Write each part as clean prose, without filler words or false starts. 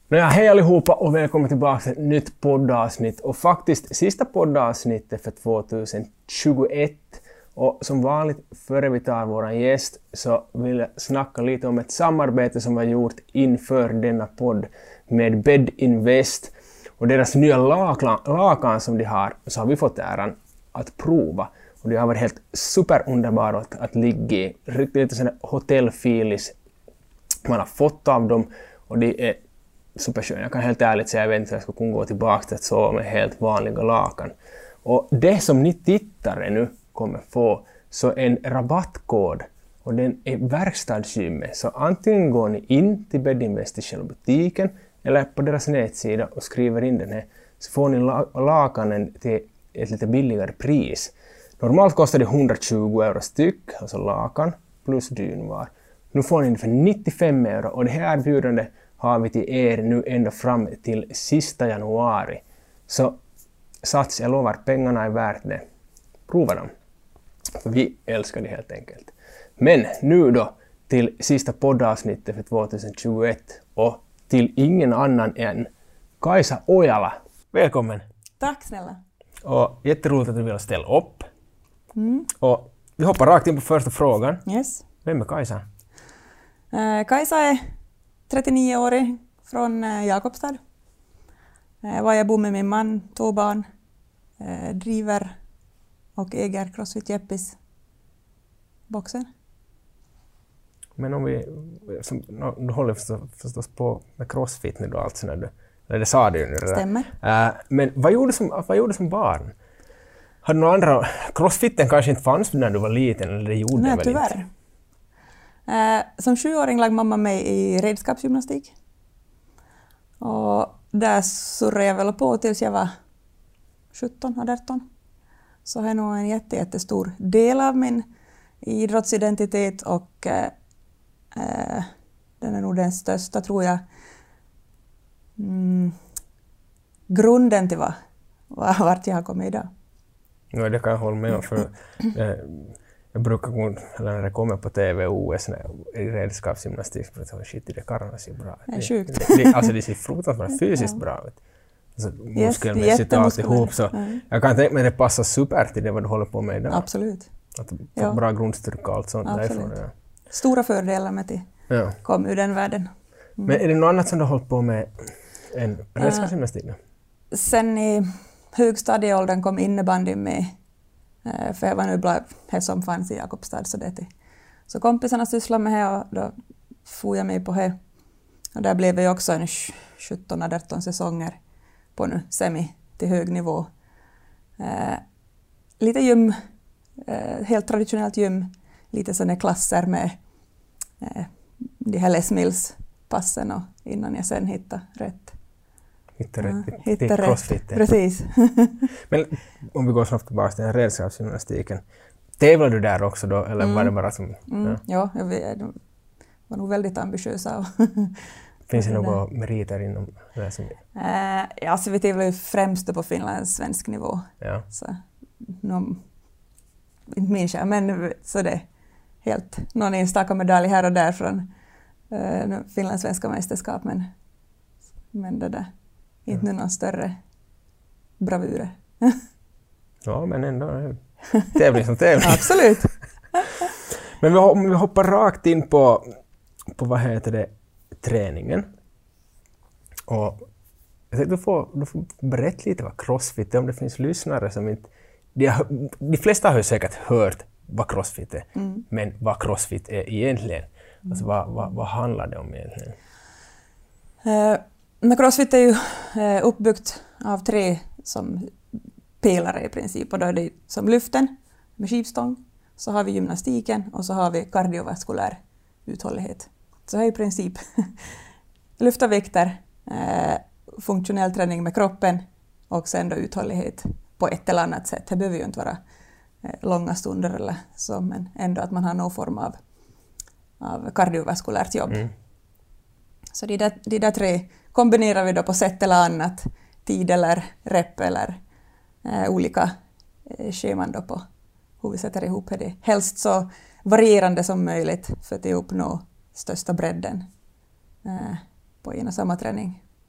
Hej allihopa och välkommen tillbaka till ett nytt poddavsnitt. Och faktiskt sista poddavsnittet för 2021. Och som vanligt, före vi tar våran gäst, så vill jag snacka lite om ett samarbete som vi har gjort inför denna podd med Bed Invest. Och deras nya lakan som de har, så har vi fått äran att prova. Och det har varit helt superunderbara att ligga i. Riktigt lite sån hotellfilis man har fått av dem. Och det är superskönt. Jag kan helt ärligt säga, jag vet inte hur jag ska kunna gå tillbaka till att sova med helt vanliga lakan. Och det som ni tittare nu kommer få, så en rabattkod. Och den är verkstadsgymmet. Så antingen går ni in till Bed Invest i själva butiken eller på deras nätsida och skriver in den här. Så får ni lakanen till ett lite billigare pris. Normalt kostar det 120 euro styck, alltså lakan plus dynvar. Nu får ni det för 95 euro och det här erbjudandet har vi till er nu ända fram till sista januari. Så sats, jag lovar, pengarna är värt det. Prova dem. För vi älskar det helt enkelt. Men nu då till sista poddavsnittet för 2021 och till ingen annan än Kaisa Ojala. Välkommen! Tack snälla! Och jätteroligt att du vill ställa upp. Och vi hoppar rakt in på första frågan. Yes. Vem är Kaisa? Kaisa är 39-årig från Jakobstad. Var jag bor med min man, 2 barn, driver och äger CrossFit Jeppis boxen. Men om du håller förstås på med CrossFit nu då, alltså när du, eller det sa du ju nu. Stämmer. Men vad gjorde du som barn? Hade några andra, CrossFiten kanske inte fanns när du var liten, eller det gjorde Nej, väl tyvärr. inte? Som 7-åring lagde mamma mig i redskapsgymnastik. Och där surrade jag väl på tills jag var 17-18. Så är nog en jättestor del av min idrottsidentitet och den är nog den största, tror jag, grunden till vart jag har kommit idag. Ja, det kan jag hålla med om, för jag brukar gå, eller när det kommer på TV och OS i redskapsgymnastik, för att shit, det karlarna ser bra ut. Det är sjukt. Alltså det ser fruktansvärt fysiskt bra ut. Alltså, muskelmässigt och alltihop, så jag kan tänka mig att det passar super till det vad du håller på med idag. Absolut. Att få bra grundstyrka och allt sånt därifrån. Ja. Stora fördelar med att komma ur den världen. Men är det något annat som du har hållit på med än redskapsgymnastik? Sen i högstadieåldern kom innebandy med, för jag var nu bara här som fanns i Jakobstad, så kompisarna sysslade med det och då får jag mig på det. Och där blev jag också en 17-18 säsonger på nu semi till hög nivå. Lite gym, helt traditionellt gym, lite sådana klasser med de här Les Mills-passen och innan jag sen hittade rätt. Hitta CrossFit. Precis. Men om vi går snabbt tillbaka till den redskapsgymnastiken. Tävlade du där också då, eller var det bara som... Ja, jag var nog väldigt ambitiösa. Finns det några meriter inom det som... Alltså vi tävlar ju främst på Finlands svensk nivå. Ja. Så, inte minns jag, men så det är helt någon enstaka medalj här och där från Finlands svenska mästerskap, men det där inte nu någon större bravurer. Ja, men ändå tävling som tävling. Absolut. Men vi hoppar rakt in på vad heter det, träningen. Och jag tänkte du får berätta lite vad CrossFit är, om det finns lyssnare som inte... De flesta har ju säkert hört vad CrossFit är, men vad CrossFit är egentligen. Alltså vad handlar det om egentligen? Men CrossFit är ju uppbyggt av 3 som pelare i princip. Och då är det som lyften med skivstång, så har vi gymnastiken och så har vi kardiovaskulär uthållighet. Så här är i princip lyfta vikter, funktionell träning med kroppen och sen då uthållighet på ett eller annat sätt. Det behöver ju inte vara långa stunder eller så, men ändå att man har någon form av kardiovaskulärt jobb. Så de där 3 kombinerar vi då på sätt eller annat, tid eller rep eller olika scheman då på hur vi sätter ihop det. Helst så varierande som möjligt för att uppnå största bredden på en och samma träning.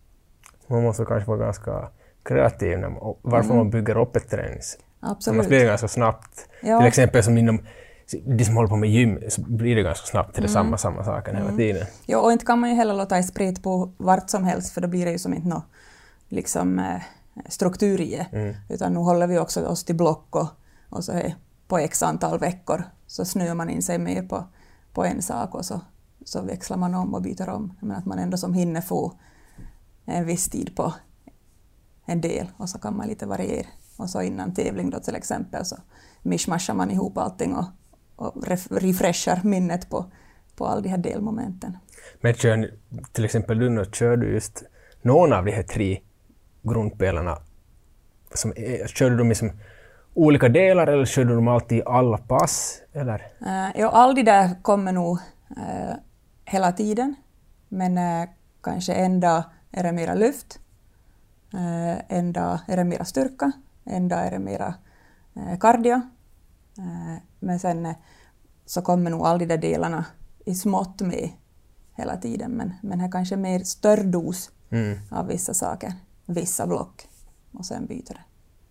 Man måste kanske vara ganska kreativ varför man bygger upp ett tränings. Absolut. Man blir det ganska snabbt. Ja. Till exempel som inom de som håller på med gym så blir det ganska snabbt till det samma saken hela tiden. Ja, och inte kan man ju heller låta sprit på vart som helst för då blir det ju som inte något liksom, struktur i det. Utan nu håller vi också oss till block och så är på x antal veckor så snöar man in sig mer på en sak och så växlar man om och byter om. Men att man ändå som hinner få en viss tid på en del och så kan man lite variera. Och så innan tävling då till exempel så mishmashar man ihop allting och refreshar minnet på all de här delmomenten. Men till exempel kör du just någon av de här 3 grundpelarna kör du dem i som olika delar eller kör du dem alltid i alla pass? Eller? Ja, all de där kommer nog hela tiden men kanske en dag är det mera lyft, en dag är det mera styrka, en dag är det mera cardio. Men sen så kommer nog alla de där delarna i smått med hela tiden. Men här kanske mer större dos av vissa saker, vissa block och sen byter det.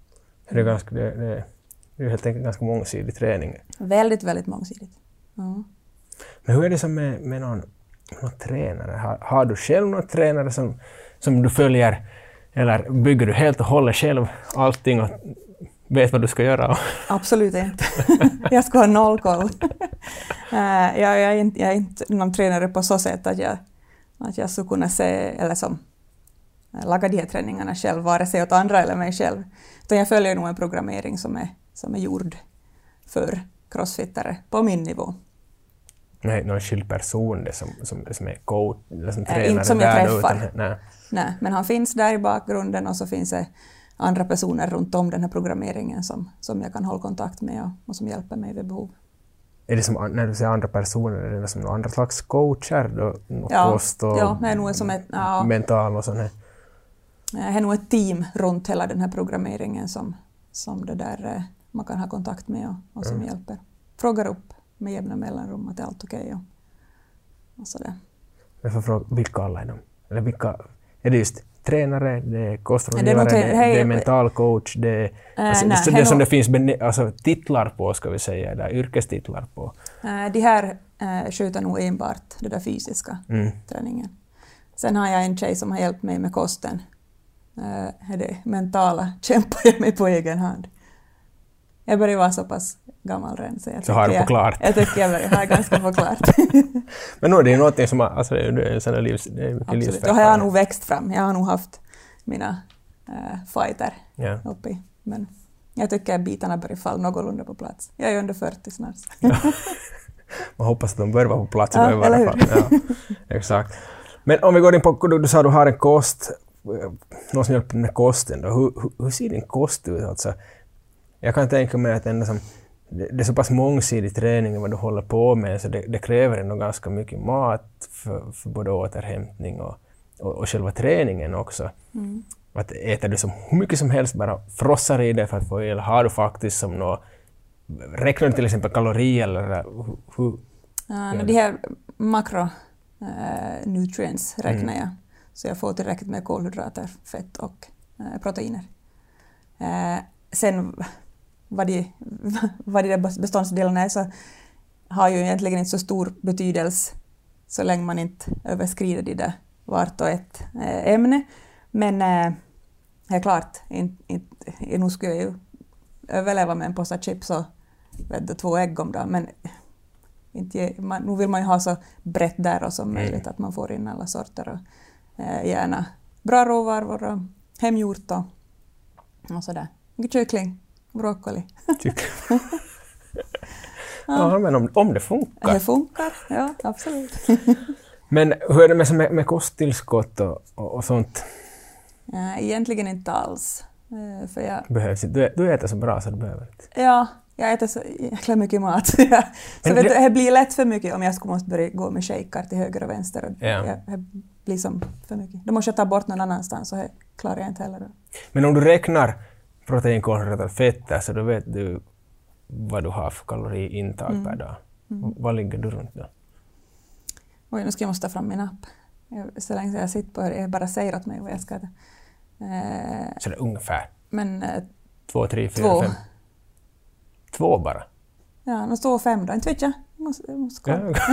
Det är helt enkelt ganska mångsidig träning. Väldigt, väldigt mångsidigt. Ja. Men hur är det som med någon tränare? Har du själv någon tränare som du följer eller bygger du helt och hållet själv allting och vet vad du ska göra? Absolut inte. Jag ska ha noll koll. Jag är inte någon tränare på så sätt att jag skulle kunna se eller som laga de här träningarna själv, vare sig åt andra eller mig själv. Utan jag följer nog en programmering som är gjord för crossfittare på min nivå. Nej, någon skild person det som är coach eller som tränare? Inte som jag träffar. Nej, men han finns där i bakgrunden och så finns det andra personer runt om den här programmeringen som jag kan hålla kontakt med och som hjälper mig vid behov. Är det som när du säger andra personer, är det som några andra slags coacher då? Kost och det är nog som ett mental och sånt här? Det är nog ett team runt hela den här programmeringen som det där man kan ha kontakt med och som hjälper. Frågar upp med jämna mellanrum att det är allt okej och sådär. Jag får fråga, vilka alla är de? Eller vilka, är det just tränare, det är kostrådgivare, det är mental coach, det är som det finns titlar på, ska vi säga, eller yrkestitlar på. De här sköter nog enbart det där fysiska träningen. Sen har jag en tjej som har hjälpt mig med kosten. Det mentala kämpar jag med på egen hand. Jag börjar vara så pass gammal redan så har du förklarat. Jag tycker jag börjar ha ganska förklarat. Men nu är det ju något som det är en sån här det är mycket livsfärd. Då har jag nog växt fram. Jag har nog haft mina fighter uppe i. Men jag tycker att bitarna börjar falla någorlunda på plats. Jag är under 40 snart. Man hoppas att de börjar vara på plats i varje fall. Ja, exakt. Men om vi går in på, du sa att du har en kost, någon som hjälper med kosten. Då. Hur ser din kost ut? Alltså, jag kan tänka mig att det är så pass mångsidig träning vad du håller på med så det kräver ändå ganska mycket mat för både återhämtning och själva träningen också. Att äter du som hur mycket som helst bara frossar i det för att få el? Har du faktiskt som något, räknar du till exempel kalorier eller hur? De här makronutrients räknar jag. Så jag får tillräckligt med kolhydrater, fett och proteiner. Sen vad de där beståndsdelarna är så har ju egentligen inte så stor betydelse så länge man inte överskrider de där vart och ett ämne. Men helt klart, nu skulle jag ju överleva med en påse chips och 2 ägg om dagen. Men nu vill man ju ha så brett där och som möjligt att man får in alla sorter. Och, gärna bra råvaror och hemgjort och sådär. Kyckling, broccoli. Ja, men om det funkar. Det funkar, ja absolut. Men hur är det med kosttillskott och sånt? Egentligen inte alls. För jag behövs inte. Du äter så bra så du behöver inte. Ja, jag äter så jäkla mycket mat. Så det blir lätt för mycket om jag måste börja gå med shaker till höger och vänster. Och det blir som för mycket. Då måste jag ta bort någon annanstans så det klarar jag inte heller. Men om du räknar protein, kolhydrater, fetter så då vet du vad du har för kaloriintag per dag. Vad ligger du runt då? Oj, nu ska jag måste ta fram min app. Så länge jag sitter på det, jag bara säger åt mig vad jag ska äta. Så det är ungefär? Men 2, 3, 4, 2. 5? 2 bara? Ja, nu står 5 då. Inte vet jag. Jag måste kolla. Ja.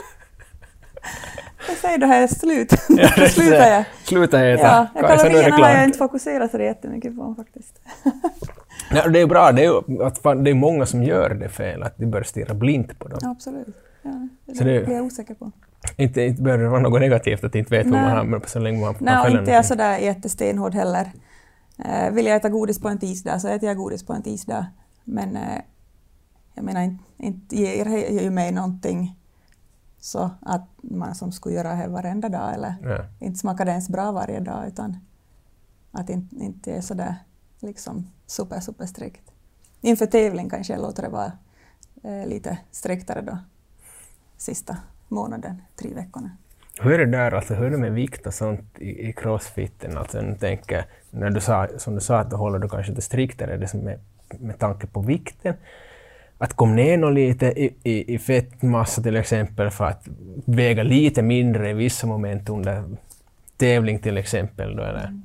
Jag säger då här är slut. Ja, Slutar jag. Sluta äta. Ja, kalorierna har jag klart. inte fokuserat så jättemycket på faktiskt. Ja, det är bra. Det är många som gör det fel, att de bör stirra blint på dem. Ja, absolut. Ja, Så det blir jag osäker på. Inte behöver det vara något negativt att inte vet vad man har med så länge man Nej, följer inte är jag sådär jättestenhård heller. Vill jag äta godis på en tisdag så äter jag godis på en tisdag. Men jag menar, inte ger ju mig någonting så att man som skulle göra det varenda dag eller inte smakar det ens bra varje dag, utan att inte är sådär liksom super strikt. Inför tävling kanske jag låter det vara lite striktare då sista månaden, 3 veckorna. Hur är det där, alltså hur är det med vikt och sånt i crossfiten? Alltså jag tänker, när du sa, som du sa att du håller du kanske inte striktare, det som med tanke på vikten, att komma ner något lite i fettmassa till exempel för att väga lite mindre i vissa moment under tävling till exempel då, eller?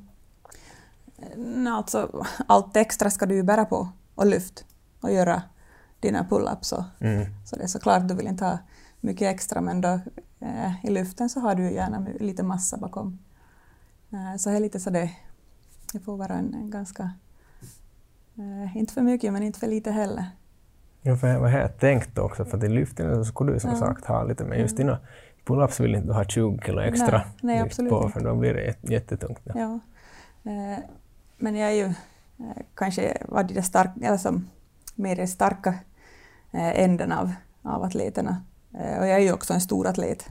Alltså, allt extra ska du ju bära på och lyft och göra dina pull-ups. Så det är såklart du vill inte ha mycket extra, men då i lyften så har du gärna lite massa bakom. Så det är lite så det får vara en ganska, inte för mycket men inte för lite heller. Ja, för vad har jag tänkt också, för att i lyften så skulle du som sagt ha lite, men just dina pull-ups vill inte ha 20 kilo extra nej, absolut på, inte. för då blir det jättetungt. Ja. Men jag är ju kanske mer i starka änden av atleterna. Och jag är ju också en stor atlet.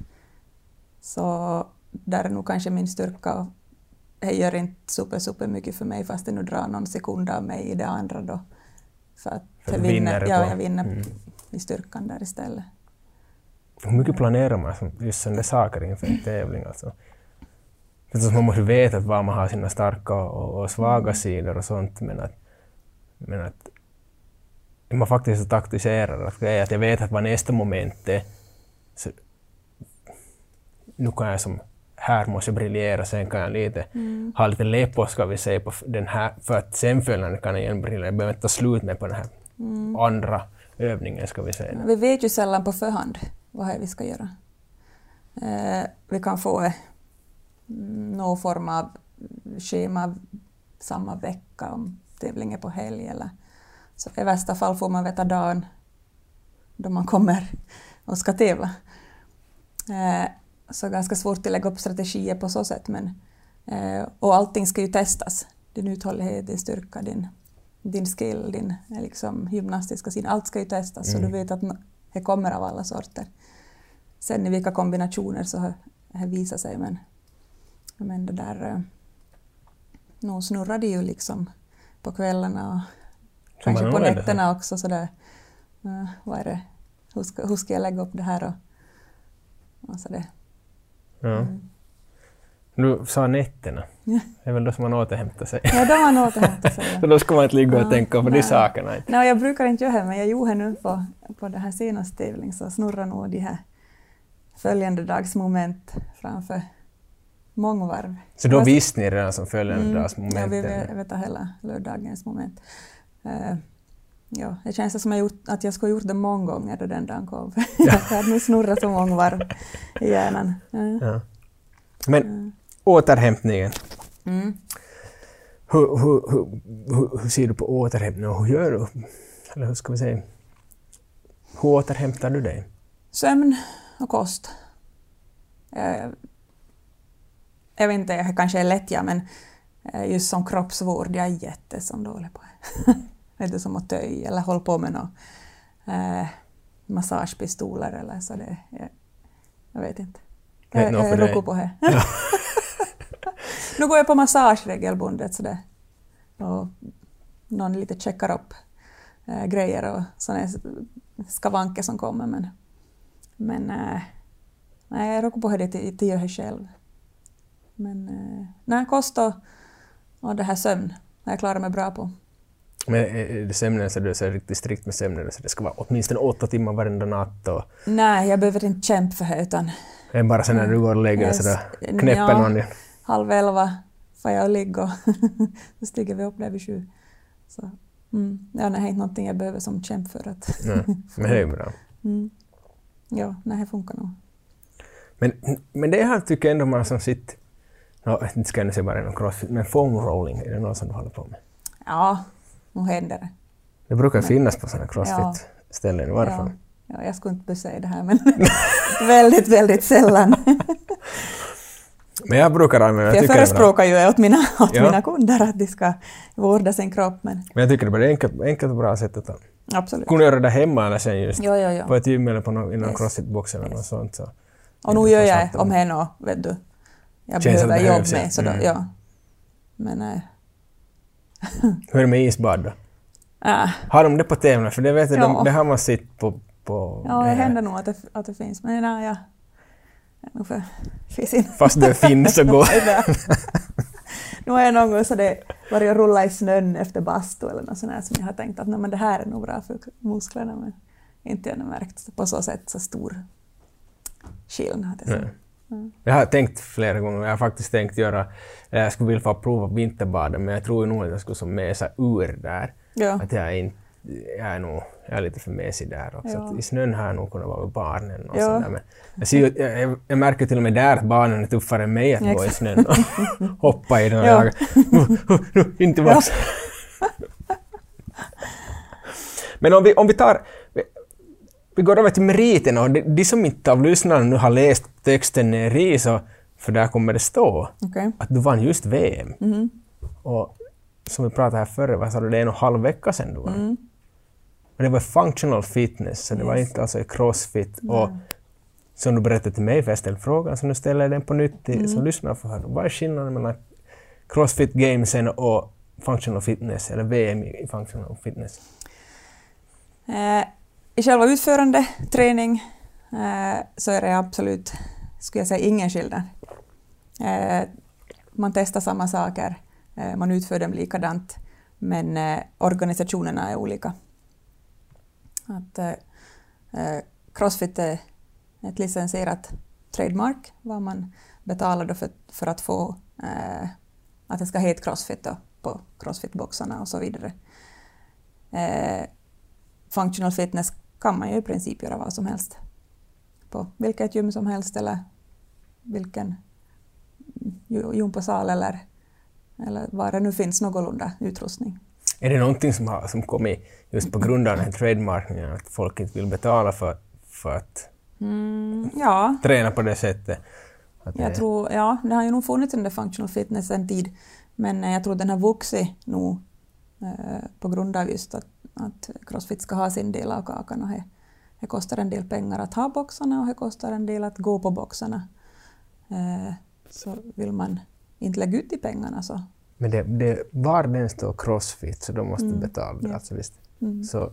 Så där är nog kanske min styrka, och det gör inte super mycket för mig fast det nu drar någon sekund av mig i det andra då. För att jag vinner i styrkan där istället. Hur mycket planerar man just sådana saker inför en tävling? Alltså? För man måste veta var man har sina starka och svaga sidor och sånt, men att man faktiskt så taktiserar att jag vet att vad nästa moment är, så nu kan jag som här måste briljera, sen kan jag lite ha lite lepo, ska vi säga, på den här, för att sen följande kan jag igen briljera. Jag behöver inte ta slut med på den här andra övningen, ska vi säga. Vi vet ju sällan på förhand vad vi ska göra. Vi kan få någon form av schema samma vecka om tävlingen på helg, eller så i värsta fall får man veta dagen då man kommer och ska tävla. Så ganska svårt att lägga upp strategier på så sätt, men och allting ska ju testas. Din uthållighet, din styrka, din skill, din liksom gymnastiska sida, allt ska ju testas så du vet att det kommer av alla sorter. Sen i vilka kombinationer så det visar sig, men det där nog snurrar det ju liksom på kvällarna och kanske på nätterna också sådär. Vad är det? Hur ska jag lägga upp det här och så det. Ja. Du sa nätterna. Det är väl då som man återhämtar sig. Ja, då man återhämtar sig. Ja. Så då ska man inte ligga och tänka på de sakerna. Nej, jag brukar inte göra det, men jag gjorde nu på det här senaste tävlingen, så snurrar nog de här följande dags moment framför många varv. Så då visste ni redan som följande dags moment? Ja, vi vet hela lördagens moment. Ja, det känns som att jag skulle ha gjort det många gånger då den dagen kom. Jag hade nu snurrat så många varv i hjärnan. Ja. Men återhämtningen. Hur ser du på återhämtning och hur gör du? Eller hur ska vi säga? Hur återhämtar du dig? Sömn och kost. Jag vet inte, jag kanske är lätt, men just som kroppsvård, jag är jättesam dålig på det. Vet du, som att töja eller hålla på med några massagepistoler eller så. Jag vet inte. Jag ruckar på det. Ja. Nu går jag på massage regelbundet sådär. Och någon lite checkar upp grejer och sådana skavanker som kommer. Men nej, jag ruckar på det till jag själv. Men nej, kost och det här sömn jag klarar mig bra på. Men är det sömnen så du är så riktigt strikt med sömnen så det ska vara åtminstone 8 timmar varenda natt? Och... Nej, jag behöver inte kämpa för det, utan Det är bara sen när du går och lägger dig sådär, knäpper någon. 10:30 får jag ligga och så stiger vi upp där vid 7. Så, det är inte någonting jag behöver som kämpa för att... Men det är bra. Ja, det funkar nog. Men det här tycker jag ändå man som sitter... inte ska jag nu säga bara någon crossfit, men foam rolling, är det något som du håller på med? Ja, nu händer det. Det brukar finnas på sådana crossfit-ställen, varför? Ja, jag skulle inte säga det här, men väldigt, väldigt sällan. Men jag brukar använda... Jag förespråkar ju åt mina kunder att de ska vårda sin kropp. Men jag tycker det är ett enkelt och bra sätt att absolut. Kunna göra det hemma eller sen just på ett gym eller på någon crossfit-box eller något sånt. Så. Och nu gör jag om henne, vet du. Jag behöver jobba med, så då, Men nej. Hur är det med isbad då? Har de det på tävlan? För det vet jag, det har man sett på ja, det händer nog att det finns. Men nej, fast det finns så går. Nu har jag någon gång så det varit att rulla i snön efter bastu eller något sånt här som jag har tänkt att men det här är nog bra för musklerna, men inte jag har märkt på så sätt så stor skillnad. Jag har tänkt flera gånger, jag har faktiskt tänkt jag skulle vilja få prova vinterbaden, men jag tror nog att jag skulle som mesa ur där. Ja. Att jag är lite för mesig där också. Ja. I snön har jag nog kunnat vara med barnen. Och sådär. Men jag märker till och med där att barnen är tuffare än mig att gå i snön och hoppa i den. Ja. Inte vax. Men om vi tar... Vi går över till meriterna, och de som inte av lyssnarna nu har läst texten ner så för där kommer det stå att du vann just VM. Och som vi pratade här förra, vad sa du, det är en och en halv vecka sedan du vann. Och det var functional fitness, så det var inte alltså crossfit. Och som du berättade till mig, för jag ställde frågan, så nu ställer jag den på nytt till som lyssnar för höra. Vad är skillnaden mellan crossfit gamesen och functional fitness, eller VM i functional fitness? I själva utförande träning så är det absolut, skulle jag säga, ingen skillnad. Man testar samma saker, man utför dem likadant, men organisationerna är olika. Crossfit är ett licensierat trademark, vad man betalar då för att få att det ska heta crossfit då, på crossfit-boxarna och så vidare. Functional fitness kan man ju i princip göra vad som helst på vilket gym som helst eller vilken gympasal eller var det nu finns någorlunda utrustning. Är det någonting som kommit just på grund av den här trademarken, att folk inte vill betala för att träna på det sättet? Jag tror, det har ju nog funnits den där functional fitness en tid, men jag tror den har vuxit nog på grund av just att crossfit ska ha sin del av kakan, och det kostar en del pengar att ha boxarna och det kostar en del att gå på boxarna. Så vill man inte lägga ut i pengarna så... Men det var den står crossfit, så de måste betala det, alltså visst. Så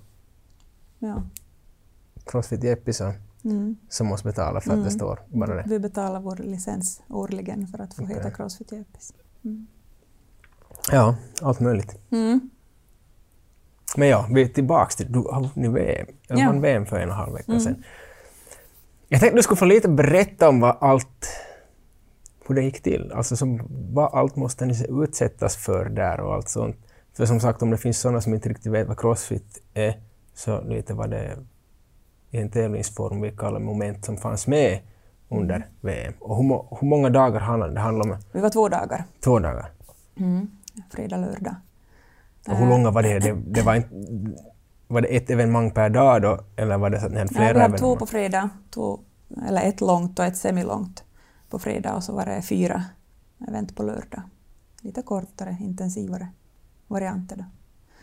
crossfit Jeppison som måste betala för att det står bara det. Vi betalar vår licens årligen för att få heta crossfit Jeppis. Ja, allt möjligt. Men vi är tillbaka till, du har vunnit VM. Jag vann VM för 1,5 vecka sedan. Jag tänkte du skulle få lite berätta om hur det gick till. Alltså vad allt måste ni utsättas för där och allt sånt. För som sagt, om det finns sådana som inte riktigt vet vad crossfit är, så lite vad det är i en tävlingsform, vilka alla moment som fanns med under VM. Och hur många dagar handlade det om? Vi var 2 dagar. 2 dagar? Fredag, lördag. Och hur långa var det? Var det ett evenemang per dag då? Eller var det så att ni hade flera evenemang? Vi hade 2 på fredag, eller ett långt och ett semilångt på fredag, och så var det 4 event på lördag. Lite kortare, intensivare varianter då.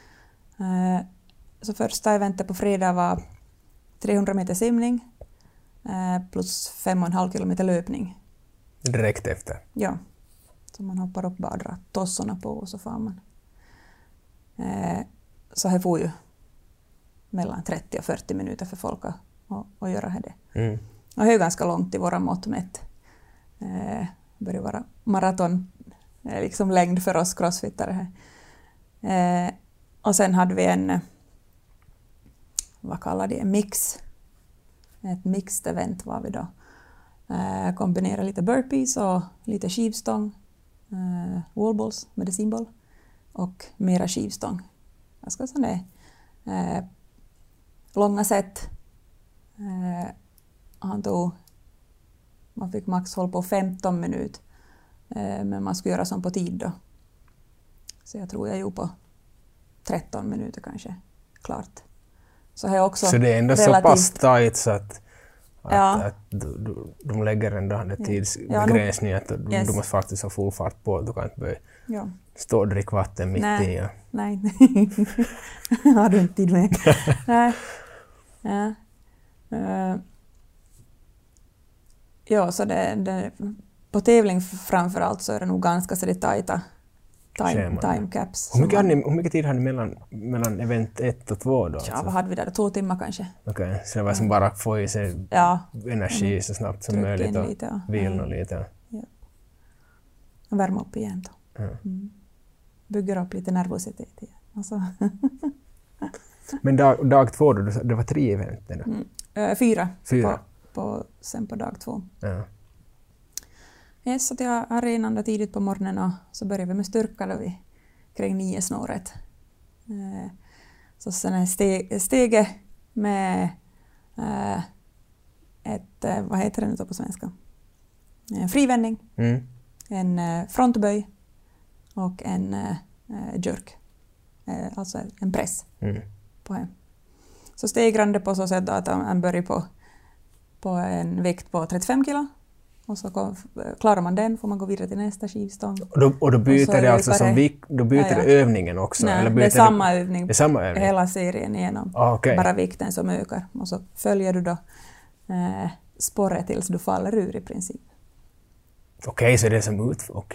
Så första eventet på fredag var 300 meter simning plus 5,5 kilometer löpning. Direkt efter? Ja. Så man hoppar upp, bara drar tossorna på och så får man. Så här får ju mellan 30 och 40 minuter för folk att göra det. Och det är ganska långt i våra mått mätt. Börjar vara maraton, liksom längd för oss crossfittare här. Och sen hade vi en, vad kallar det, mix. Ett mixed event var vi då. Kombinera lite burpees och lite skivstång, wallballs, medicinboll och mera skivstång. Jag ska säga det. Långa set. Man fick max hålla på 15 minuter, men man skulle göra som på tid då. Så jag tror jag gjorde på 13 minuter kanske, klart. Så det är ändå så pass tajt så att de lägger ändå en tidsbegränsning att du måste faktiskt ha full fart på. Du kan inte börja stå och dricka vatten mitt i. Ja. Nej, har du inte tid med. Nej. Ja. Så det, på tävling framförallt så är det nog ganska så det tajta time caps. Hur mycket tid hade ni mellan event 1 och 2 då? Ja, vad hade vi där? 2 timmar kanske. Okej, så det var som bara att få i sig energi så snabbt som möjligt och vila lite. Ja. Och värma upp igen då. Bygger upp lite nervositet igen. Alltså. Men dag 2 då, det var 3 event? Eller? 4. Sen på dag 2. Ja. Yes, så jag arenade tidigt på morgonen och så började vi med styrka då kring 9 snåret. Så sen är steget med vad heter det nu på svenska? En frivändning, en frontböj och en jerk. Alltså en press på hem. Så stegrande på så sätt att man börjar på en vikt på 35 kilo. Och så klarar man den får man gå vidare till nästa skivstång. Och då byter det alltså som då byter övningen också? Nej, eller det är samma övning. Det är samma övning? Hela serien igenom. Okay. Bara vikten som ökar. Och så följer du då spåret tills du faller ur i princip. Okej, så det är som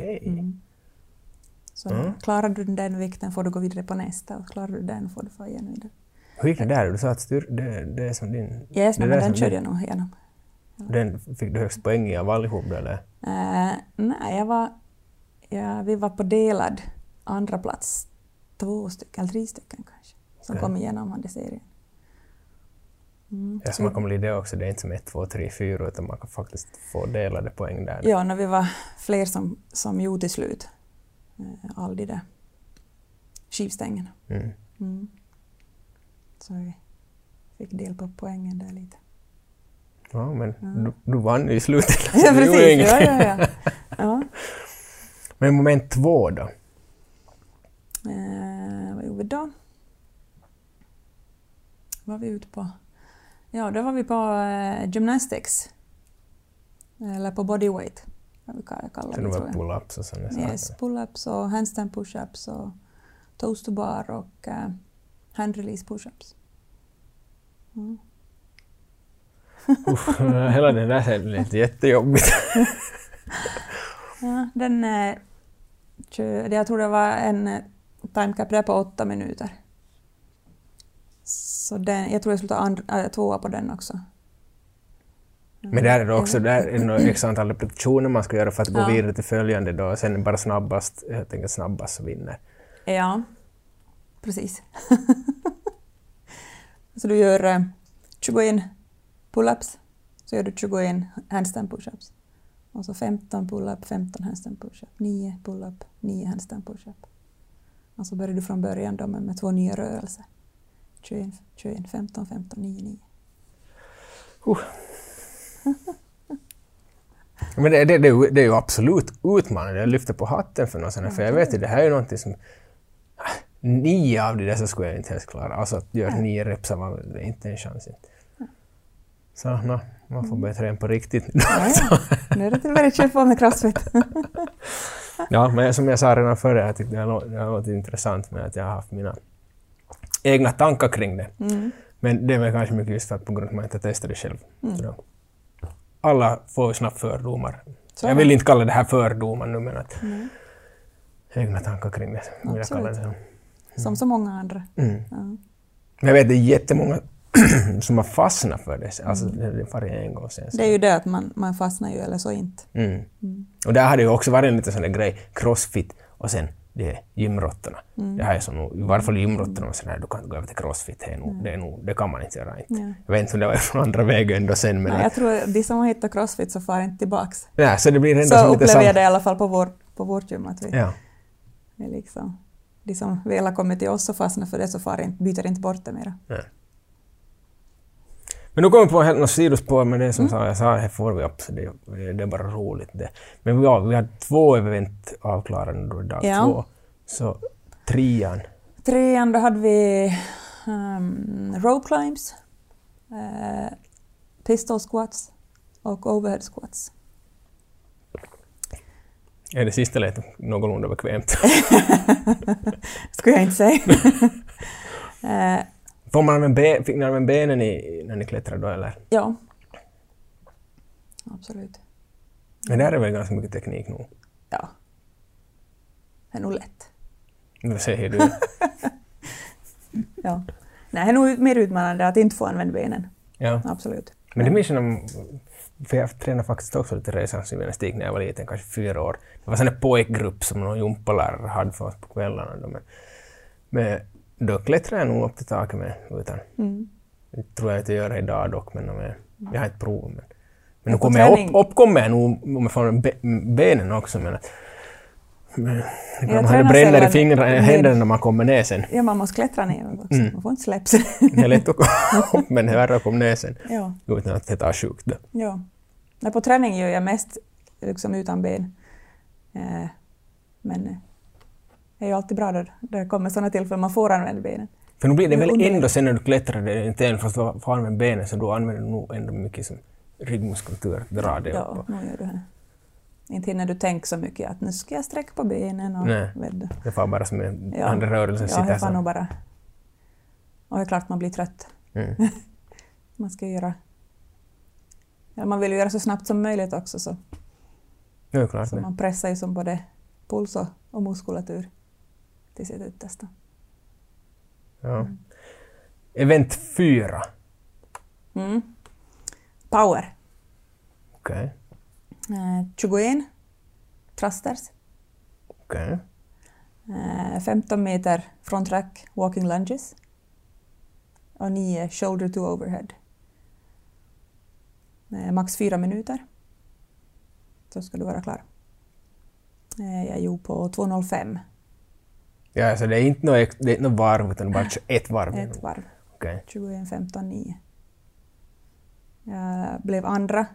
Så klarar du den vikten får du gå vidare på nästa. Och klarar du den får du få igen vidare. Hur gick det där? Du sa att det är som din... Yes, men den körde jag nog igenom. Den fick du högst poäng i av allihop eller? Nej, vi var på delad andra plats. 2 stycken, eller 3 stycken kanske. Som kom igenom hade serien. Ja, så man kommer lite det också. Det är inte som 1, 2, 3, 4 utan man kan faktiskt få delade poäng där. Ja, när vi var fler som gjorde till slut. All de där skivstängerna. Så vi fick del på poängen där lite. Ja, men du vann i slutet. Ja, precis. Ja. Men moment 2 då? Vad gjorde vi då? Var vi ute på? Ja, då var vi på gymnastics. Eller på bodyweight. Vad vi kallar det, tror jag. Det var pull-ups och sådana saker. Yes, pull-ups och handstand push-ups och toes to bar och hand release push-ups. Hela den där är lite jättejobbigt. Ja, jag tror det var en time cap där på 8 minuter. Så jag tror jag skulle ta 2 på den också. Men där är det också x antal repetitioner man ska göra för att gå vidare till följande då. Och sen bara snabbast så vinner. Ja, precis. Så du gör 21 pull-ups, så gör du 21 handstand push-ups. Och så 15 pull-up, 15 handstand push-up, 9 pull-up, 9 handstand push-up. Och så börjar du från början då med 2 nya rörelser. 21, 15, 15, 9, 9. Men det är ju absolut utmanande. Jag lyfter på hatten för något sånt. För jag vet att det här är någonting som 9 av det så skulle jag inte ens klara. Alltså att göra 9 reps av alla, det är inte en chans. Så man får börja träna på riktigt. Ja. Nu är det till att köra på med crossfit. Ja, men som jag sa redan förra, jag tyckte det har varit intressant med att jag har haft mina egna tankar kring det. Men det är väl kanske mycket just för att på grund av att man inte testar det själv. Alla får ju snabbt fördomar. Jag vill inte kalla det här fördomar nu, men att egna tankar kring det. Vill jag kalla det. Som så många andra. Men jag vet, det är jättemånga som har fastnat för det. Alltså det varje en gång sen. Det är ju det att man fastnar ju eller så inte. Och där hade ju också varit en liten sån där grej, crossfit och sen det är gymrottorna. Det här är så nog, i varje fall gymrottorna, så där, du kan gå över till crossfit, det kan man inte göra. Inte. Ja. Jag vet inte om det var från andra vägen ändå sen. Men Nej, jag tror att de som har hittat crossfit så far inte tillbaks. Ja, så det blir ändå så som lite upplever jag det i alla fall på vårt gym. Att vi, ja. är liksom, de som väl har kommit till oss och fastnar för det så byter inte bort det mera. Ja. Men nu kommer vi på helt något sidospår med det som jag sa, här får vi upp, så det är bara roligt det. Men vi har 2 event avklarade då dag 2. Så 3:an. 3:an då hade vi rope climbs, pistol squats och overhead squats. Är det sista lät någorlunda bekvämt? Skulle jag inte säga. Fick ni använda benen när ni klättrade då, eller? Ja. Absolut. Men där är väl ganska mycket teknik nu? Ja. Det är nog lätt. Det säger du. Ja. Nej, det är nog mer utmanande att inte få använda benen. Ja. Absolut. Men det minns jag, för jag tränade faktiskt också lite resans-gymnastik när jag var liten, kanske 4 år. Det var en pojkgrupp som någon gympalärare hade för oss på kvällarna. Men då klättrade jag nog upp till taket med, utan det tror jag inte gör det idag dock, men jag har inte provat. Men nu kommer jag nog om jag får benen också. Men man bränner i händerna när man kommer ner sen. Ja, man måste klättra ner också. Man får inte släppa. Det är lätt att komma upp, men det är värre att komma ner sen. Ja. Utan att det tar sjukt. Ja. Men på träning gör jag mest liksom utan ben. Men det är ju alltid bra då det kommer sådana tillfällen man får använda benen. För nu blir det väl ändå sen när du klättrar, inte än fast du får använda benen, så du använder nog ändå mycket som ryggmuskulatur att dra det upp. Ja, nu gör du det. Inte hinner du tänka så mycket att nu ska jag sträcka på benen. Och nej, det får bara som en andra rörelse sitta. Ja, det får nog bara. Och det är klart man blir trött. Man ska göra. Ja, man vill ju göra så snabbt som möjligt också. Så. Det är klart. Så man pressar ju som både puls och muskulatur till sitt yttersta. Ja. Event 4. Power. Okej. 21 thrusters. Okej. 15 meter front rack walking lunges. Och 9 shoulder to overhead. Max 4 minuter. Så ska du vara klar. Jag gjorde på 2.05. Ja, alltså det är inte något varv utan bara ett varv. Ett varv. Okej. 21.15.9. Jag blev andra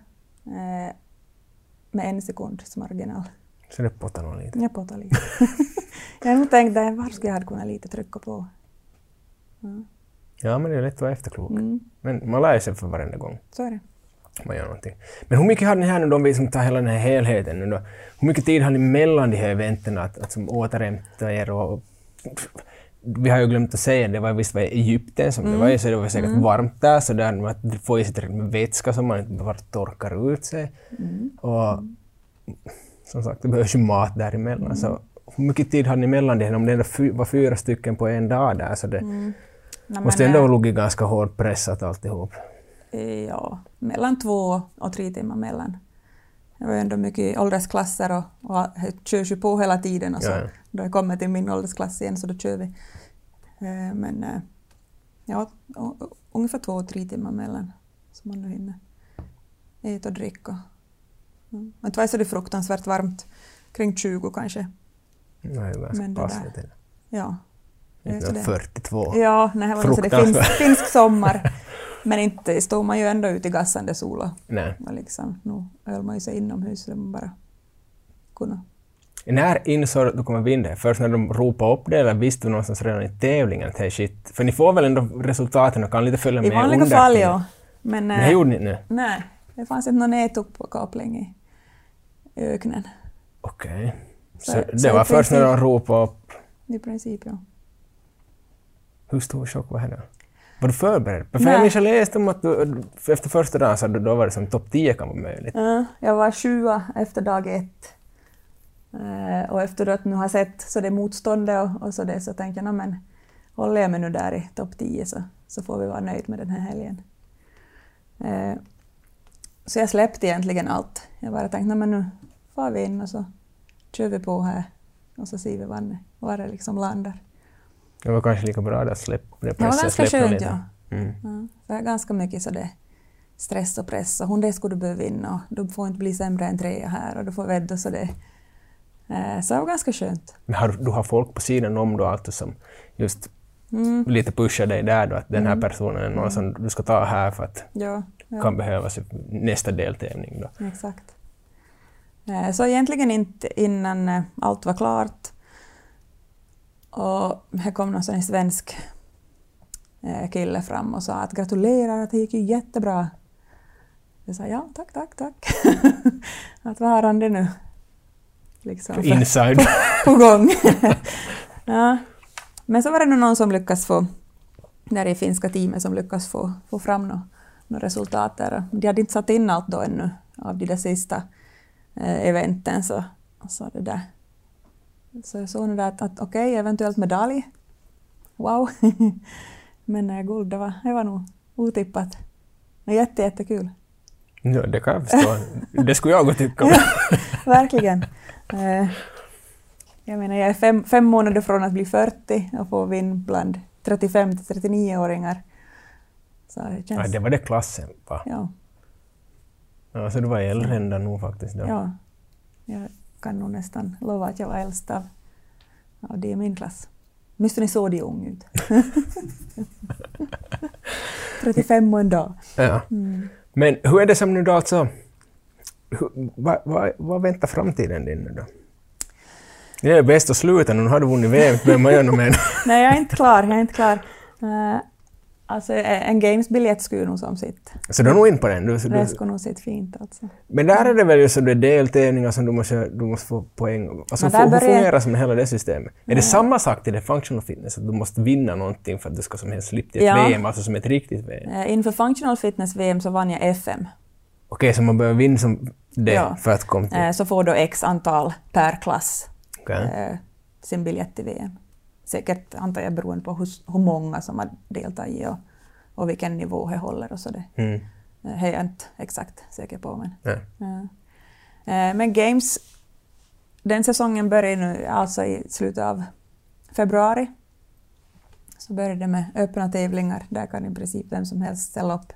med 1 sekunds marginal. Så det pottar nog lite? Jag pottar lite. Jag har nog tänkt att var skulle jag kunna lite trycka på. Ja, men det är lätt att vara efterklok. Men man lär sig för varenda gång. Så är det. Man gör någonting. Men hur mycket har ni här nu då, vi som tar hela den här helheten nu då? Hur mycket tid har ni mellan de här eventen att som återhämta er? Och vi har ju glömt att säga, det var visst Egypten som det var ju, så det var säkert varmt där, så där att få i sig tillräckligt med vätska så man inte bara torkar ut sig. Och som sagt, det behövs ju mat däremellan. Så hur mycket tid har ni mellan det? Om det ändå var 4 stycken på en dag där, så det måste ändå ha lugit ganska hårt pressat alltihop. Ja, mellan 2 och 3 timmar mellan. Det var ändå mycket åldersklasser och det körs ju på hela tiden. Och så. Ja. Då jag kommer till min åldersklass igen så då kör vi. Men ja, ungefär 2-3 timmar mellan så man då hinner äta och dricka. Men tyvärr så är det fruktansvärt varmt, kring 20 kanske. Det är ganska passligt. Ja. Inte 42. Ja, nej, alltså det finns finsk sommar. Men inte står man ju ändå ute i gassande sol och liksom, nu höll man ju sig inomhus så man bara kunna. När insåg att du kommer vinna det? Först när de ropade upp det eller visste du någonstans redan i tävlingen att det är shit? För ni får väl ändå resultaten och kan lite följa med under? I vanliga fall, ja. Men det gjorde ni nu? Nej, det fanns inte någon nätuppkoppling i öknen. Okej. Så det var först när de ropade upp? I princip, ja. Hur stor chock var det då? Var du förberedd? För jag läste om att du, efter första dagen så då var det som topp 10 kan vara möjligt. Jag var 20 efter dag 1. Och efter att nu har sett så det motståndet och så det så tänkte jag, men håller jag mig nu där i topp 10 så får vi vara nöjd med den här helgen. Så jag släppte egentligen allt. Jag bara tänkte, men nu får vi in och så kör vi på här och så ser vi var det liksom landar. Det var kanske lika bra att släppa det. Det var ganska skönt, ja. Mm. Ja. Det är ganska mycket så det stress och press och det skulle du behöva vinna och du får inte bli sämre än 3 här och du får vedda så det. Så det var ganska skönt. Men du har folk på sidan om då alltid som just lite pushar dig där då, att den här personen är någon som du ska ta här för att kan behövas i nästa deltävling då. Exakt. Så egentligen inte innan allt var klart och här kom någon sån svensk kille fram och sa att gratulerar, att det gick ju jättebra. Jag sa ja, tack. Att vad har han det nu? Liksom inside. på gång. Ja. Men så var det nog någon som lyckas få, där i finska teamet som lyckas få fram några resultat där. De hade inte satt in allt då ännu av de där sista eventen så det där. Så jag såg nu där att okej, eventuellt medalj. Wow. Men guld, det var nog otippat. Men jättekul. Ja, det kan jag förstå. Det skulle jag gå tycka. Verkligen. Jag menar, jag är 5 månader från att bli 40 och få vinna bland 35 till 39-åringar. Så det känns... Ja, det var det klassen, va? Ja. Ja, så du var äldre än nog faktiskt då. Ja, jag kan nog nästan lova att jag var äldst av det i min klass. Åtminstone såg de ung ut. 35 och en dag. Ja. Men hur är det som nu då alltså? Vad väntar framtiden din nu då? Det är bäst att sluta, nu har du vunnit VM. Nej, jag är inte klar. Alltså en Games-biljett skulle nog som sitt. Så du är nog in på den? Det skulle nog sitt fint alltså. Men där är det väl ju så det deltävlingar som du måste få poäng. Alltså hur fungerar som hela det systemet? Är det samma sak till det functional fitness? Att du måste vinna någonting för att du ska som helst slippa till ett VM, alltså som ett riktigt VM? Inför functional fitness VM så vann jag FM. Okej, så man behöver vinna som det för att komma till? Så får du x antal per klass Okay. Sin biljett till VM. Säkert antar jag beroende på hur många som har deltagit och vilken nivå det håller och så det. Det är jag inte exakt säker på. Men Games, den säsongen börjar nu alltså i slutet av februari. Så börjar det med öppna tävlingar. Där kan i princip vem som helst ställa upp.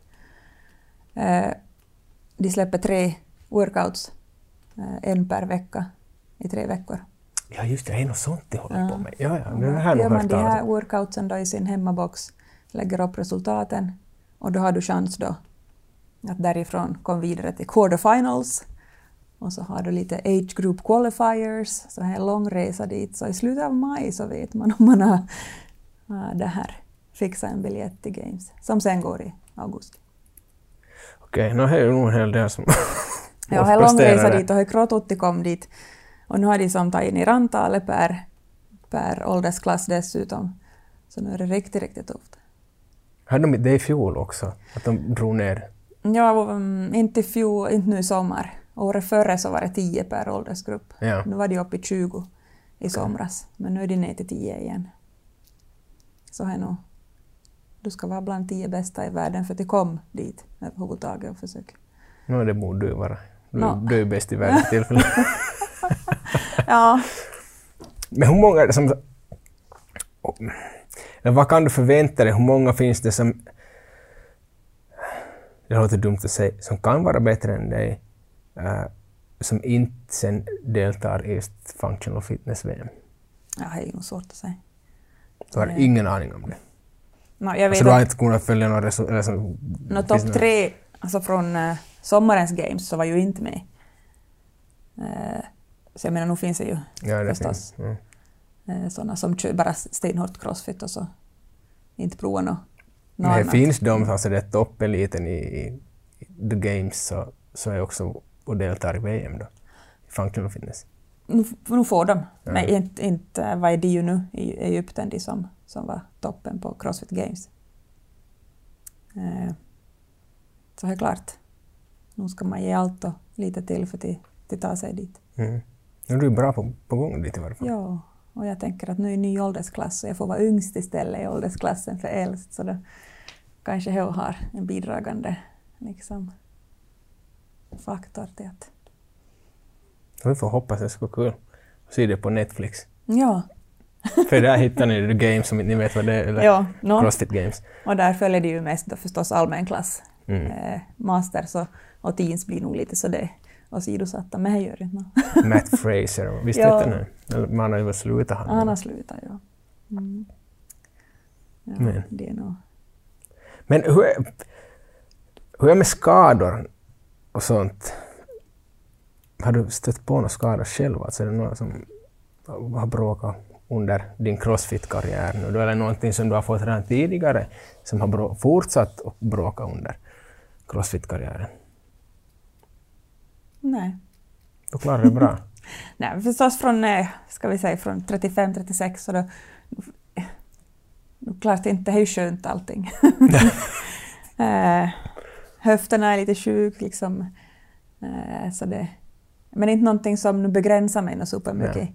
De släpper 3 workouts, en per vecka i 3 veckor. Ja just det, är något sånt de håller på med. Ja, det Gör här man de här workoutsen då i sin hemmabox, lägger upp resultaten och då har du chans då att därifrån komma vidare till quarterfinals och så har du lite age group qualifiers, så här en lång resa dit. Så i slutet av maj så vet man om man har det här, fixa en biljett till Games som sen går i augusti. Okej, nu är det nog en hel del som ja, en lång resa dit och Krototti kom dit. Och nu har de som tagit ner antalet per åldersklass dessutom. Så nu är det riktigt tufft. Hade de det i fjol också? Att de drog ner? Ja, inte i fjol, inte nu i sommar. Året före så var det 10 per åldersgrupp. Ja. Nu var de uppe i 20 i somras. Men nu är de ner till 10 igen. Så här nu. Du ska vara bland 10 bästa i världen för att de kom dit överhuvudtaget och försöka. Det borde du vara. Du är bäst i världen för tillfället. Ja. Men hur många som... Vad kan du förvänta dig? Hur många finns det som... Det låter dumt att säga. Som kan vara bättre än dig. Som inte sen deltar i just functional fitness VM. Ja, det är ju svårt att säga. Du har ingen aning om det. No, jag vet så du har inte kunnat följa några resultat? Topp 3 alltså från sommarens games så var ju inte med. Så jag menar, nu finns det ju förstås sådana som kör bara stenhårt crossfit och så inte provar något annat. Det finns de, alltså det toppeliten i the games så är också och deltar i VM då, i functional fitness. Nu får de, men inte vad är det ju nu i Egypten, de som var toppen på CrossFit Games. Så det är klart, nu ska man ge allt och lite till för att ta sig dit. Nu är du bra på gång dit i varje fall. Ja, och jag tänker att nu är ny åldersklass och jag får vara yngst istället i åldersklassen för äldst, så då kanske jag har en bidragande liksom, faktor till att... Vi får hoppas det ska vara kul. Se det på Netflix. Ja. För där hittar ni The Games som ni vet vad det är, eller Ja, CrossFit Games. Och där följer det ju mest då förstås allmän klass. Masters och teens blir nog lite så det åsidosatta, men jag gör inte något. Matt Fraser, visst Ja. heter han nu? Eller man har ju väl slutat han. Han har slutat, ja. Ja, Men. det är nog... Men hur är det med skador och sånt? Har du stött på några skador själv? Alltså är det någon som har bråkat under din crossfit-karriär nu? Då är det någonting som du har fått redan tidigare som har fortsatt att bråka under crossfit-karriären? Nej. Du klarar det bra. Nej, förstås från, ska vi säga, från 35-36 så då klart inte, det är ju skönt allting. Höfterna är lite sjuk liksom. Så det, men inte någonting som nu begränsar mig något supermycket.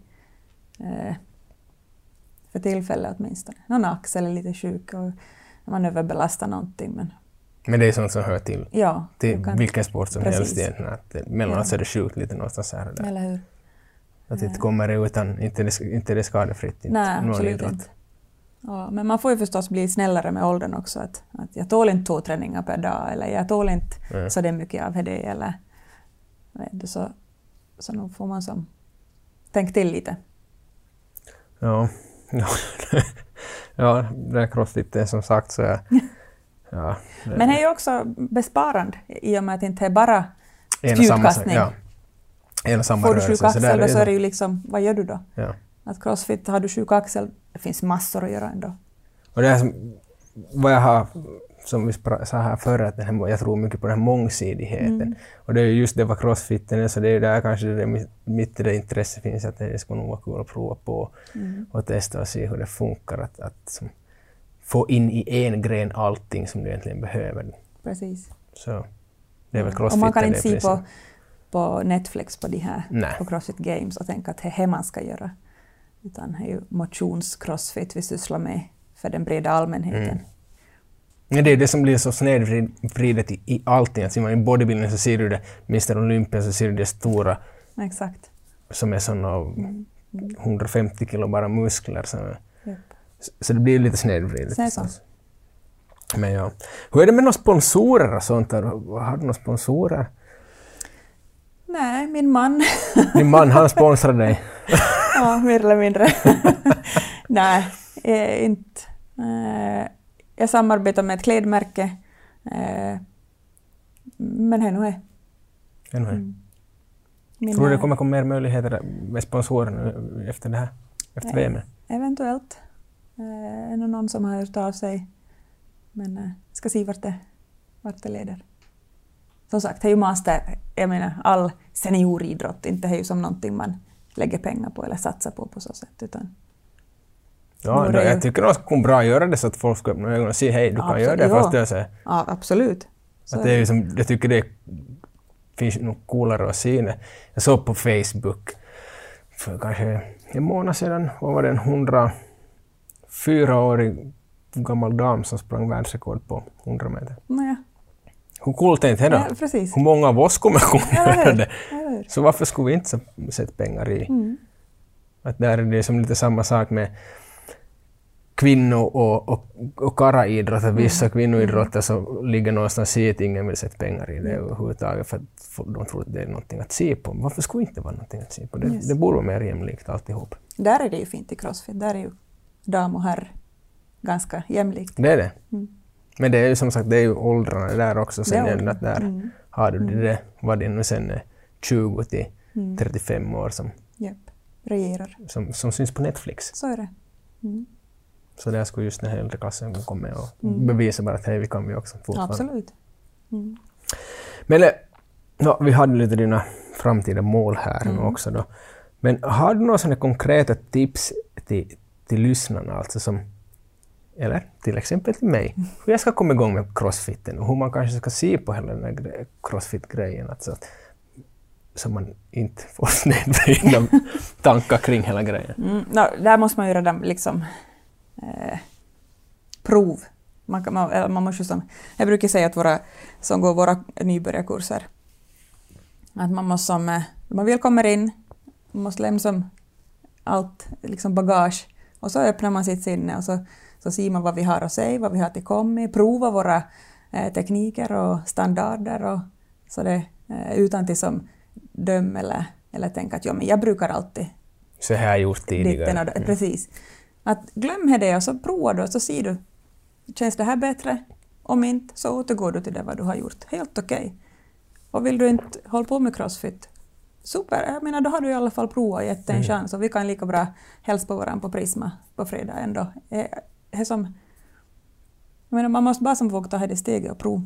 För tillfället åtminstone. Någon axel är lite sjuk och man överbelastar någonting. Men det är sånt som hör till, ja, till vilken sport som precis. helst egentligen. Mellanåt så är det sjukt lite någonstans här och där. Eller hur? Att det inte kommer utan, inte det skadefritt. Nej, absolut inte. Ja, men man får ju förstås bli snällare med åldern också. Att jag tål inte 2 träningar per dag eller jag tål inte så det mycket av det. Eller, så nu får man som tänk till lite. Ja, ja det är crossfit det som sagt så ja, men det är ju också besparande i och med att det inte är bara en spjutkastning. En och samma får du rörelse. sjuk axel så är det ju liksom, vad gör du då? Ja. Att crossfit, har du sjuk axel, det finns massor att göra ändå. Och det är vad jag har, som vi sa här förr, att jag tror mycket på den här mångsidigheten. Och det är just det vad crossfiten är, så det är där kanske mitt i det intresse finns att det ska nog vara kul att prova på och testa och se hur det funkar. Att få in i en gren allting som du egentligen behöver. Precis. Så det är väl crossfit. Och man kan inte se på Netflix på de här på CrossFit Games och tänka att det är det man ska göra. Utan det är ju motions-crossfit vi sysslar med för den breda allmänheten. Ja, det är det som blir så snedvridet i allting. Att ser man i bodybuilding så ser du det, Mr. Olympia så ser du det stora. Exakt. Som är sådana 150 kilo bara muskler. Yep. Så det blir lite snedvridet. Så. Men ja. Hur är det med några sponsorer och sånt där? Har du några sponsorer? Nej, min man. Din man, han sponsrar dig? Ja, mer eller mindre. Nej, inte. Jag samarbetar med ett klädmärke. Men det är nog det. Tror du det kommer komma mer möjligheter med sponsorer nu efter det här? Efter VM? Eventuellt. Är det någon som har hört av sig. Men ska se vart det leder. Som sagt, det är ju master. Jag menar, all senioridrott. Inte är ju som någonting man lägger pengar på eller satsar på så sätt. Utan ja, jag tycker det skulle bra att göra det så att folk ska öppna ögonen och se hej, du kan göra det fast jag säger. Ja, absolut. Att det är som, jag tycker det finns nog coolare att se det. Jag såg på Facebook för kanske en månad sedan var det en 104-årig gammal dam som sprang världsrekord på 100 meter. Naja. Hur coolt är det då? Ja, precis. Hur många av oss kommer kunna göra det? Ja, så varför skulle vi inte sätta pengar i? Att där är det som lite samma sak med kvinnor och karaidrott. Vissa kvinnoidrotter så ligger någonstans i att ingen vill sätta pengar i det överhuvudtaget för att de tror att det är någonting att se på. Varför skulle inte vara någonting att se på? Det borde vara mer jämlikt alltihop. Där är det ju fint i CrossFit. Där är ju dam och herr ganska jämlikt. Det är det. Men det är ju som sagt, det är ju åldrarna där också. Sen ändå att där har du det, vad det nu sen är 20 till 35 år som regerar. Som syns på Netflix. Så är det. Så där skulle just den här äldre klassen komma med och bevisa bara att hej, vi kan vi också fortfarande. Absolut. Men vi hade lite dina framtida mål här nu också då. Men har du några sådana konkreta tips till lyssnarna, alltså som, eller till exempel till mig, hur jag ska komma igång med crossfiten och hur man kanske ska se på hela den här crossfit-grejen, alltså, så man inte får snedvridna tankar kring hela grejen. Där måste man göra dem liksom prov. Man måste som, jag brukar säga att våra som går våra nybörjarkurser, att man måste som man väl kommer in, man måste lämna som allt liksom bagage. Och så öppnar man sitt sinne och så ser man vad vi har att säga, vad vi har till komma, prova våra tekniker och standarder och så det utan till som döm eller tänka att men jag brukar alltid så här har jag gjort tidigare. Precis. Att glöm det och så provar du och så ser du, känns det här bättre? Om inte så återgår du till det vad du har gjort. Helt okej. Och vill du inte hålla på med crossfit? Super, jag menar då har du i alla fall provat och gett en chans och vi kan lika bra hälsa på varandra på Prisma på fredag ändå. Jag menar, man måste bara som våga ta det steget och prova.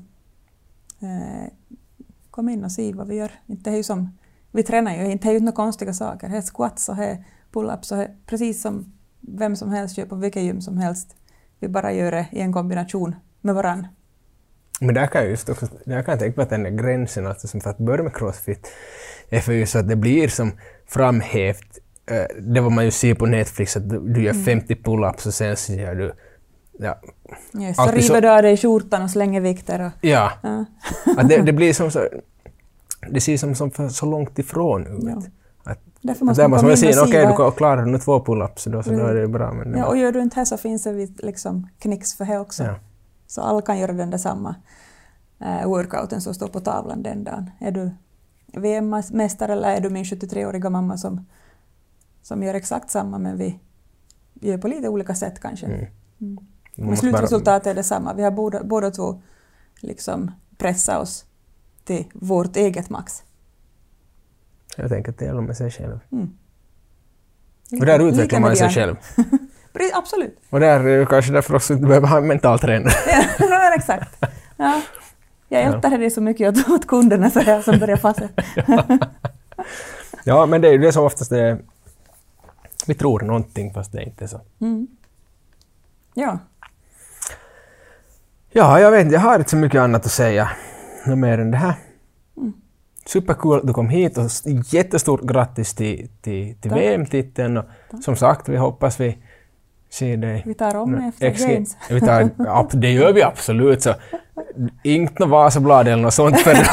Kom in och se vad vi gör. Inte är ju som, vi tränar ju, inte är ju några konstiga saker. Det är squats och pull-ups och precis som vem som helst gör på vilket gym som helst. Vi bara gör det i en kombination med varandra. Men där kan jag just också, där kan jag tänka på att den där gränsen, alltså som för att börja med crossfit, är för just att det blir som framhävt. Det var man ju ser på Netflix, att du gör 50 pull-ups och sen så gör du så river du av dig i skjortan och slänger vikter. Och, ja. Att det blir som så, det ser som så långt ifrån ut. Ja. Därför måste man säga, okej, du klarar nu 2 pull-ups så då är det bra. Men och gör du inte här så finns det liksom knix för det också. Ja. Så alla kan göra den där samma workouten som står på tavlan den dagen. Är du VM-mästare eller är du min 73-åriga mamma som gör exakt samma men vi gör på lite olika sätt kanske. Men slutresultatet är detsamma. Vi har båda två liksom pressat oss till vårt eget max. Jag tänker att det gäller med sig själv. Och där utvecklar man sig själv. Absolut. Och där är kanske därför också att du behöver ha en mental tränare. Ja, exakt. Ja. Jag ältar det så mycket åt kunderna så här som börjar passa. Ja, men det är ju det som oftast är, vi tror någonting fast det är inte så. Ja. Ja, jag vet inte, jag har inte så mycket annat att säga. Något mer än det här. Superkul att du kom hit och jättestort grattis till VM-titeln. Och som sagt, vi hoppas vi ser dig. Vi tar om efter Games. Det gör vi absolut. Så inte något Vasablad eller något sånt för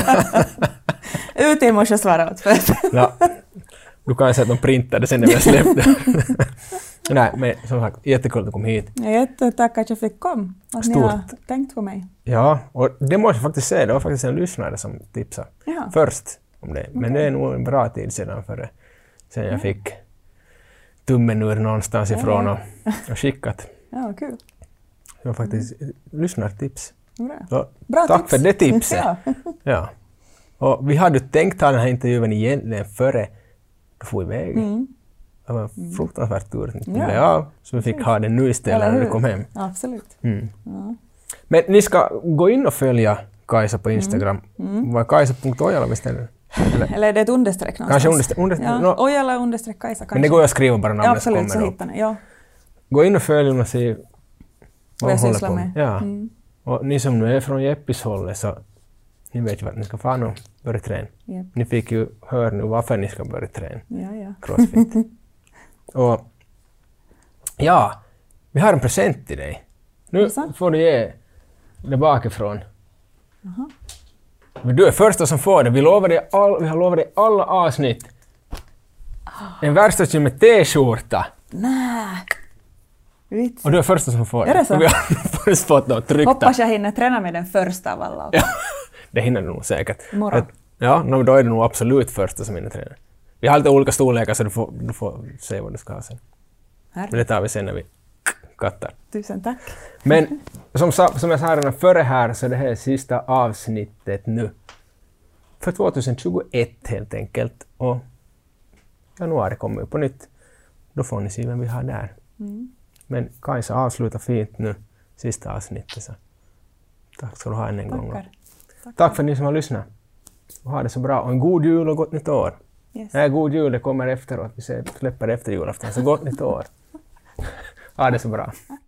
Ute i morse svara åt först. Ja, du kan säga att de printade sen när vi har släppt det. Nej, men som sagt, jättekul att du kom hit. Jättetack att jag fick komma. Att ni har tänkt på mig. Ja, och det måste jag faktiskt säga. Det var faktiskt en lyssnare som tipsade först om det. Men det är nog en bra tid sedan jag fick tummen ur någonstans ifrån och skickat. Ja, kul. Det var faktiskt lyssnartips. Bra tack tips. för det tipset. Ja. Och vi hade tänkt ha den här intervjun egentligen före du får iväg. Det var fruktansvärt tur. Så vi fick ha den nu istället när du kom hem. Absolut. Ja. Men ni ska gå in och följa Kaisa på Instagram. Var Kaisa.ojala visst är det? Eller är det ett understreck någonstans? Kanske Ojala understreck Kaisa kanske. Men det går att skriva bara namnet som kommer. Absolut, så hittar ni. Ja. Gå in och följ och se vad jag sysslar med. Ja. Och ni som nu är från Jeppis hållet så ni vet ju vart ni ska få och börja träna. Yep. Ni fick ju höra nu varför ni ska börja träna. Ja. Crossfit. Och ja, vi har en present till dig. Nu får du ge det bakifrån. Men du är första som får det. Vi har lovat dig alla avsnitt. En värsta med t-skjorta. Nej. Vits. Och du är första som får det. Är det så? Vi har först fått något tryckta. Hoppas jag hinner träna med den första av alla. Ja, det hinner du nog säkert. Imorgon. Ja, då är det nog absolut första som hinner träna. Vi har lite olika storlekar så du får se vad du ska ha sen. Men det tar vi sen när vi kattar. Tusen tack. Men som jag sa redan före här så det här är sista avsnittet nu. För 2021 helt enkelt. Och januari kommer på nytt. Då får ni se vem vi har där. Men Kaisa avslutar fint nu. Sista avsnittet. Så. Tack ska du ha en gång. Tack för att ni som har lyssnat. Och ha det så bra. Och en god jul och gott nytt år. Yes. Nej, god jul, det kommer efteråt. Vi släpper efter julafton. Så gott nytt år. Ha det så bra.